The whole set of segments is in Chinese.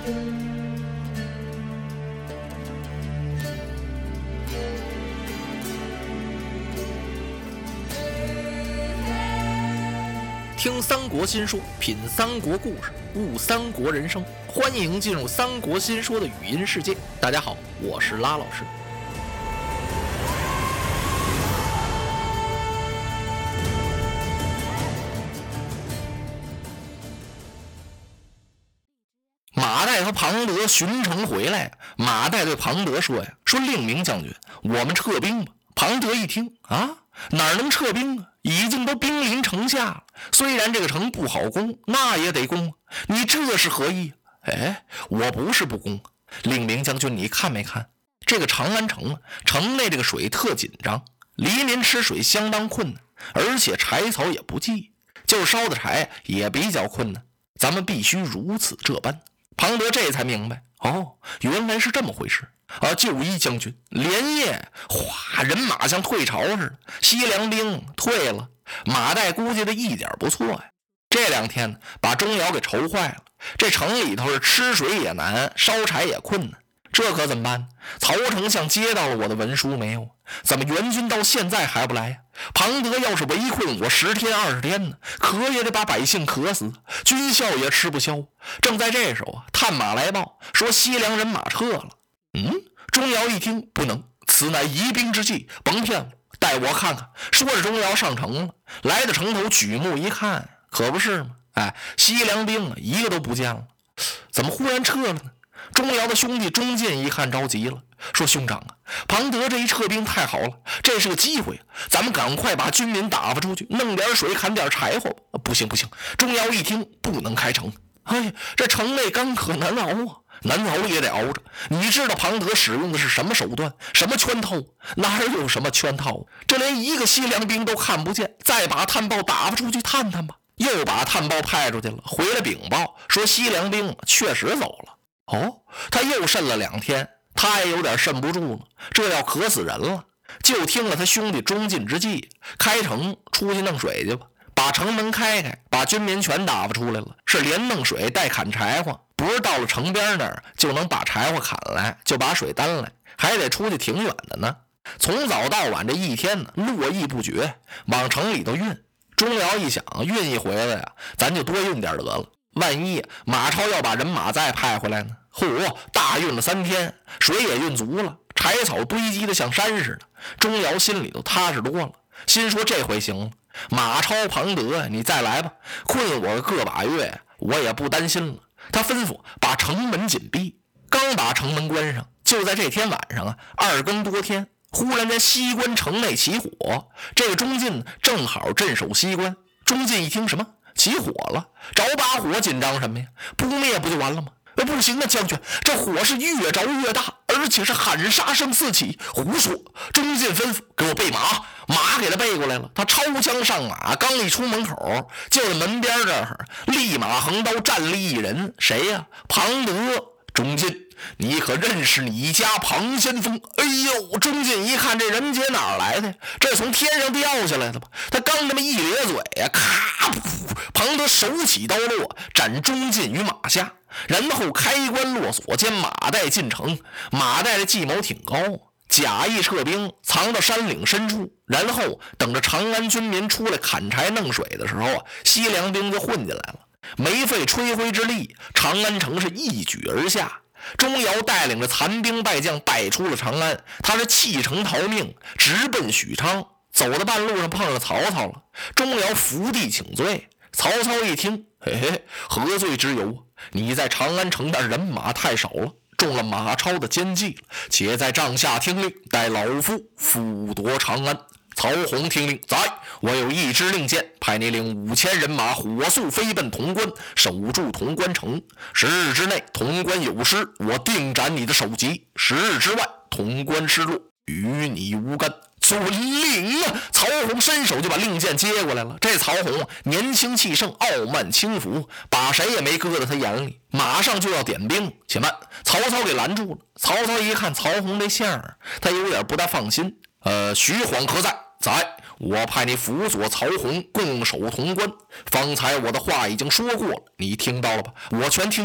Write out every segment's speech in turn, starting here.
听三国新说，品三国故事，悟三国人生。欢迎进入三国新说的语音世界。大家好，我是拉老师。马岱和庞德巡城回来，马岱对庞德说呀：“说令明将军，我们撤兵吧。”庞德一听啊，哪能撤兵啊？已经都兵临城下了，虽然这个城不好攻，那也得攻。你这是何意？哎，我不是不攻。令明将军，你看没看这个长安城啊？城内这个水特紧张，黎民吃水相当困难，而且柴草也不济，就烧的柴也比较困难。咱们必须如此这般。庞德这才明白，哦，原来是这么回事啊！就依将军，连夜哗，人马像退潮似的，西凉兵退了。马岱估计的一点不错呀。这2天呢，把钟繇给愁坏了。这城里头是吃水也难，烧柴也困难，这可怎么办？曹丞相接到了我的文书没有？怎么援军到现在还不来呀？庞德要是围困我10天20天呢，渴也得把百姓渴死，军校也吃不消。正在这时候啊，探马来报说西凉人马撤了。钟繇一听，不能，此乃疑兵之计，甭骗我，带我看看。说着钟繇上城了，来到城头举目一看，可不是吗？哎，西凉兵啊，一个都不见了，怎么忽然撤了呢？钟繇的兄弟钟进一看着急了，说：“兄长啊，庞德这一撤兵太好了，这是个机会，咱们赶快把军民打发出去，弄点水，砍点柴火吧。”不行不行，钟繇一听，不能开城。哎，这城内干渴难熬啊，难熬也得熬着。你知道庞德使用的是什么手段，什么圈套？哪有什么圈套？这连一个西凉兵都看不见，再把探报打发出去探探吧。又把探报派出去了，回来禀报说西凉兵确实走了。哦，他又慎了2天，他也有点慎不住了，这要渴死人了。就听了他兄弟钟进之计，开城出去弄水去吧，把城门开开，把军民全打发出来了，是连弄水带砍柴火，不是到了城边那儿就能把柴火砍来，就把水担来，还得出去挺远的呢。从早到晚这一天呢，络绎不绝，往城里头运。钟繇一想，运一回来呀，咱就多运点得了。万一马超要把人马再派回来呢？嚯，大运了3天，水也运足了，柴草堆积的像山似的。钟繇心里头踏实多了，心说这回行了。马超、庞德，你再来吧，困我个把月，我也不担心了。他吩咐把城门紧闭，刚把城门关上，就在这天晚上啊，2更多天，忽然间西关城内起火。这个钟进正好镇守西关。钟进一听什么起火了，着把火，紧张什么呀？不灭不就完了吗？不行啊，将军，这火是越着越大，而且是喊杀声四起。胡说！钟进吩咐给我备马，马给他备过来了。他抄枪上马，刚一出门口，就在门边这儿立马横刀站立一人，谁呀？庞德。钟进，你可认识你家庞先锋？哎呦，钟进一看这人杰哪儿来的？这从天上掉下来的吧？他刚这么一咧嘴呀，咔！庞德手起刀落，斩钟进于马下，然后开关落锁，将马岱进城。马岱的计谋挺高，假意撤兵，藏到山岭深处，然后等着长安军民出来砍柴弄水的时候啊，西凉兵就混进来了。没费吹灰之力，长安城是一举而下。钟繇带领着残兵败将败出了长安，他是弃城逃命，直奔许昌。走到半路上碰上曹操了，钟繇伏地请罪。曹操一听，嘿嘿，何罪之有啊？你在长安城的人马太少了，中了马超的奸计了，且在帐下听令，待老夫复夺长安。曹洪听令，在，我有一支令箭，派你领5000人马火速飞奔潼关，守住潼关城。10日之内，潼关有失，我定斩你的首级；10日之外，潼关失落，与你无干。遵令啊！曹洪伸手就把令箭接过来了。这曹洪年轻气盛，傲慢轻浮，把谁也没搁在他眼里，马上就要点兵。且慢，曹操给拦住了。曹操一看曹洪这相儿，他有点不大放心。徐晃何在？在，我派你辅佐曹洪共守潼关。方才我的话已经说过了，你听到了吧？我全听见了。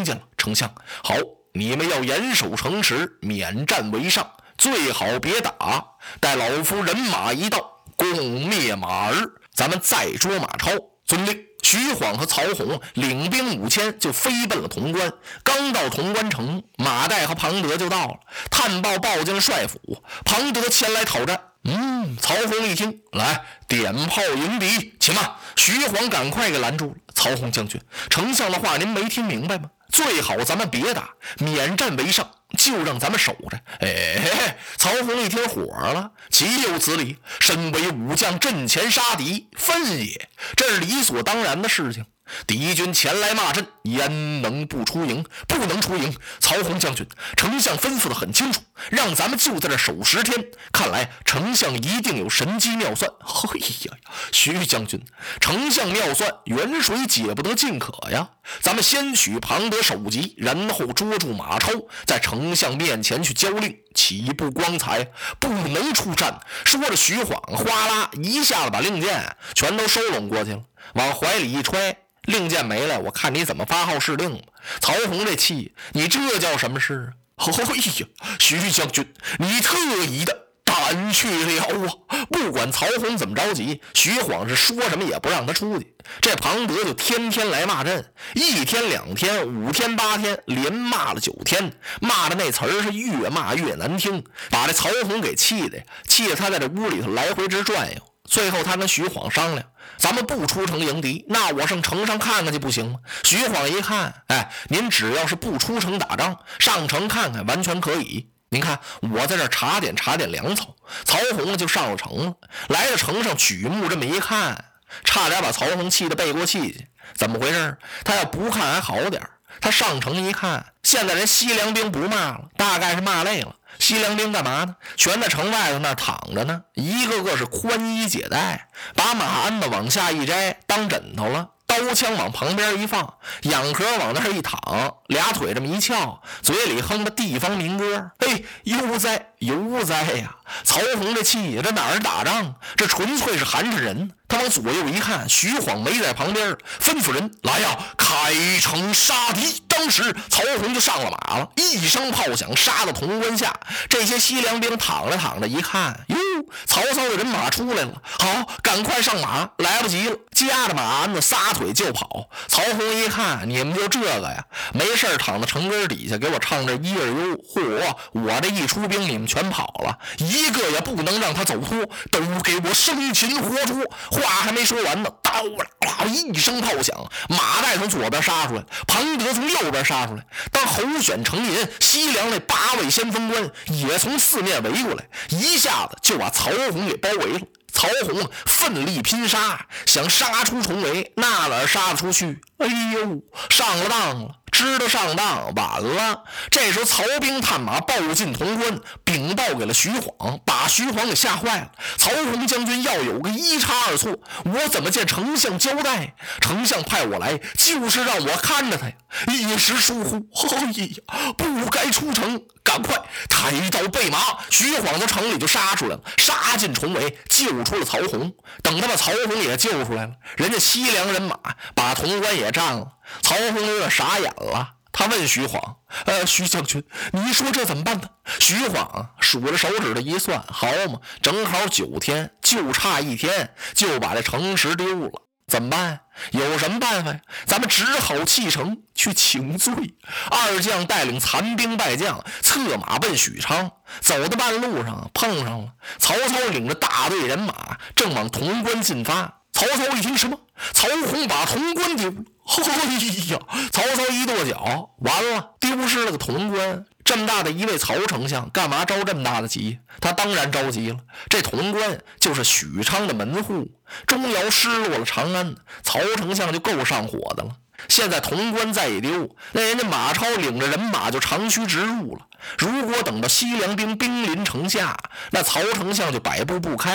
丞相，好，你们要严守城池，免战为上，最好别打，待老夫人马一到，共灭马儿，咱们再捉马超。遵令。徐晃和曹洪领兵5000就飞奔了潼关。刚到潼关城，马岱和庞德就到了，探报报进了帅府，庞德前来讨战。曹洪一听，来，点炮迎敌。且慢，徐晃赶快给拦住了。曹洪将军，丞相的话您没听明白吗？最好咱们别打，免战为上，就让咱们守着。曹洪一听火了，岂有此理！身为武将，阵前杀敌，分也，这是理所当然的事情。敌军前来骂阵，焉能不出营？不能出营。曹洪将军，丞相吩咐得很清楚，让咱们就在这守10天。看来丞相一定有神机妙算。嘿呀，徐将军，丞相妙算远水解不得近渴呀。咱们先取庞德首级，然后捉住马超，在丞相面前去交令，岂不光彩？不能出战。说着，徐晃哗啦一下子把令箭全都收拢过去了，往怀里一揣，令箭没了，我看你怎么发号施令吧。曹洪这气，你这叫什么事啊？呀，徐将军，你特意的胆去了啊！不管曹洪怎么着急，徐晃是说什么也不让他出去。这庞德就天天来骂阵，1天2天5天8天，连骂了9天，骂的那词儿是越骂越难听，把这曹洪给气的他在这屋里头来回直转悠。最后他跟徐晃商量，咱们不出城迎敌，那我上城上看看去不行吗？徐晃一看，您只要是不出城打仗，上城看看完全可以。您看我在这查点粮草。曹洪就上了城了，来到城上举目这么一看，差点把曹洪气得背过气去。怎么回事？他要不看还好点，他上城一看，现在人西凉兵不骂了，大概是骂累了。西凉兵干嘛呢？全在城外头那躺着呢，一个个是宽衣解带，把马鞍子往下一摘当枕头了，刀枪往旁边一放，仰壳往那儿一躺，俩腿这么一翘，嘴里哼着地方民歌。悠哉悠哉呀！曹洪这气，这哪是打仗，这纯粹是寒碜人。他往左右一看，徐晃没在旁边，吩咐人来呀，开城杀敌。当时曹洪就上了马了，一声炮响，杀到潼关下。这些西凉兵躺着一看，哟，曹操的人马出来了，好，赶快上马，来不及了，夹着马鞍子撒腿就跑。曹洪一看，你们就这个呀，没事躺在城根底下给我唱这一二悠，嚯，我这一出兵你们全跑了，一个也不能让他走脱，都给我生擒活捉。话还没说完呢，刀啦一声炮响，马岱从左边杀出来，庞德从右边杀出来。当候选成营，西凉那8位先锋官也从四面围过来，一下子就把曹洪给包围了。曹洪奋力拼杀，想杀出重围，那哪杀得出去？上了当了，知道上当，晚了。这时候曹兵探马报进潼关，禀报给了徐晃，把徐晃给吓坏了。曹洪将军要有个一差二错，我怎么见丞相交代？丞相派我来，就是让我看着他呀，一时疏忽，不该出城。赶快抬刀备马，徐晃从城里就杀出来了，杀进重围，救出了曹洪。等他把曹洪也救出来了，人家西凉人马把潼关也占了。曹洪有点傻眼了，他问徐晃，徐将军，你说这怎么办呢？徐晃数着手指头一算，好嘛，正好9天，就差1天就把这城池丢了。怎么办？有什么办法呀？咱们只好弃城去请罪。二将带领残兵败将策马奔许昌，走到半路上碰上了曹操领着大队人马正往潼关进发。曹操一听，什么？曹洪把潼关丢了！曹操一跺脚，完了，丢失了个潼关。这么大的一位曹丞相，干嘛着这么大的急？他当然着急了。这潼关就是许昌的门户，钟繇失落了长安，曹丞相就够上火的了。现在潼关再一丢，那人家马超领着人马就长驱直入了。如果等到西凉兵兵临城下，那曹丞相就摆布不开了。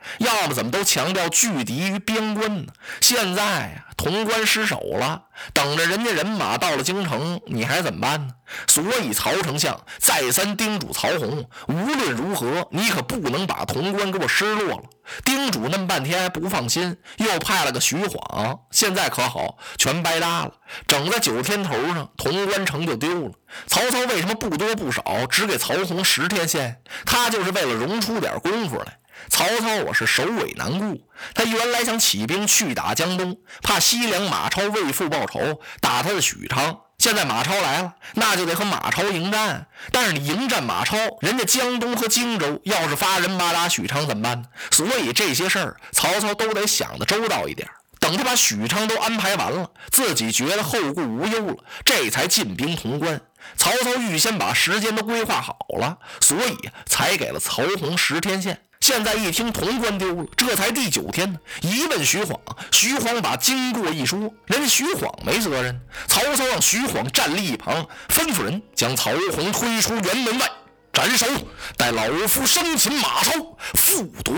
要么怎么都强调拒敌于边关呢？现在呀，潼关失守了，等着人家人马到了京城，你还怎么办呢？所以曹丞相再三叮嘱曹洪，无论如何，你可不能把潼关给我失落了。叮嘱那么半天还不放心，又派了个徐晃，现在可好，全白搭了。整在9天头上，潼关城就丢了。曹操为什么不多不少，只给曹洪10天线？他就是为了容出点功夫来。曹操是首尾难顾，他原来想起兵去打江东，怕西凉马超为父报仇，打他的许昌。现在马超来了，那就得和马超迎战。但是你迎战马超，人家江东和荆州要是发人马打许昌怎么办呢？所以这些事儿，曹操都得想得周到一点。等他把许昌都安排完了，自己觉得后顾无忧了，这才进兵潼关。曹操预先把时间都规划好了，所以才给了曹洪10天线。现在一听潼关丢了，这才第9天呢。一问徐晃，徐晃把经过一说，人家徐晃没责任。曹操让徐晃站立一旁，吩咐人将曹洪推出辕门外斩首，待老夫生擒马超，复夺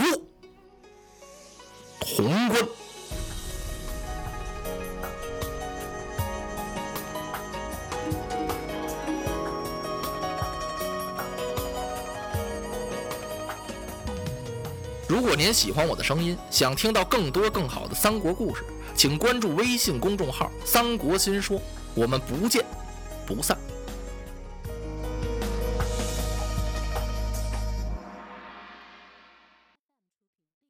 潼关。如果您喜欢我的声音，想听到更多更好的三国故事，请关注微信公众号“三国新说”，我们不见不散。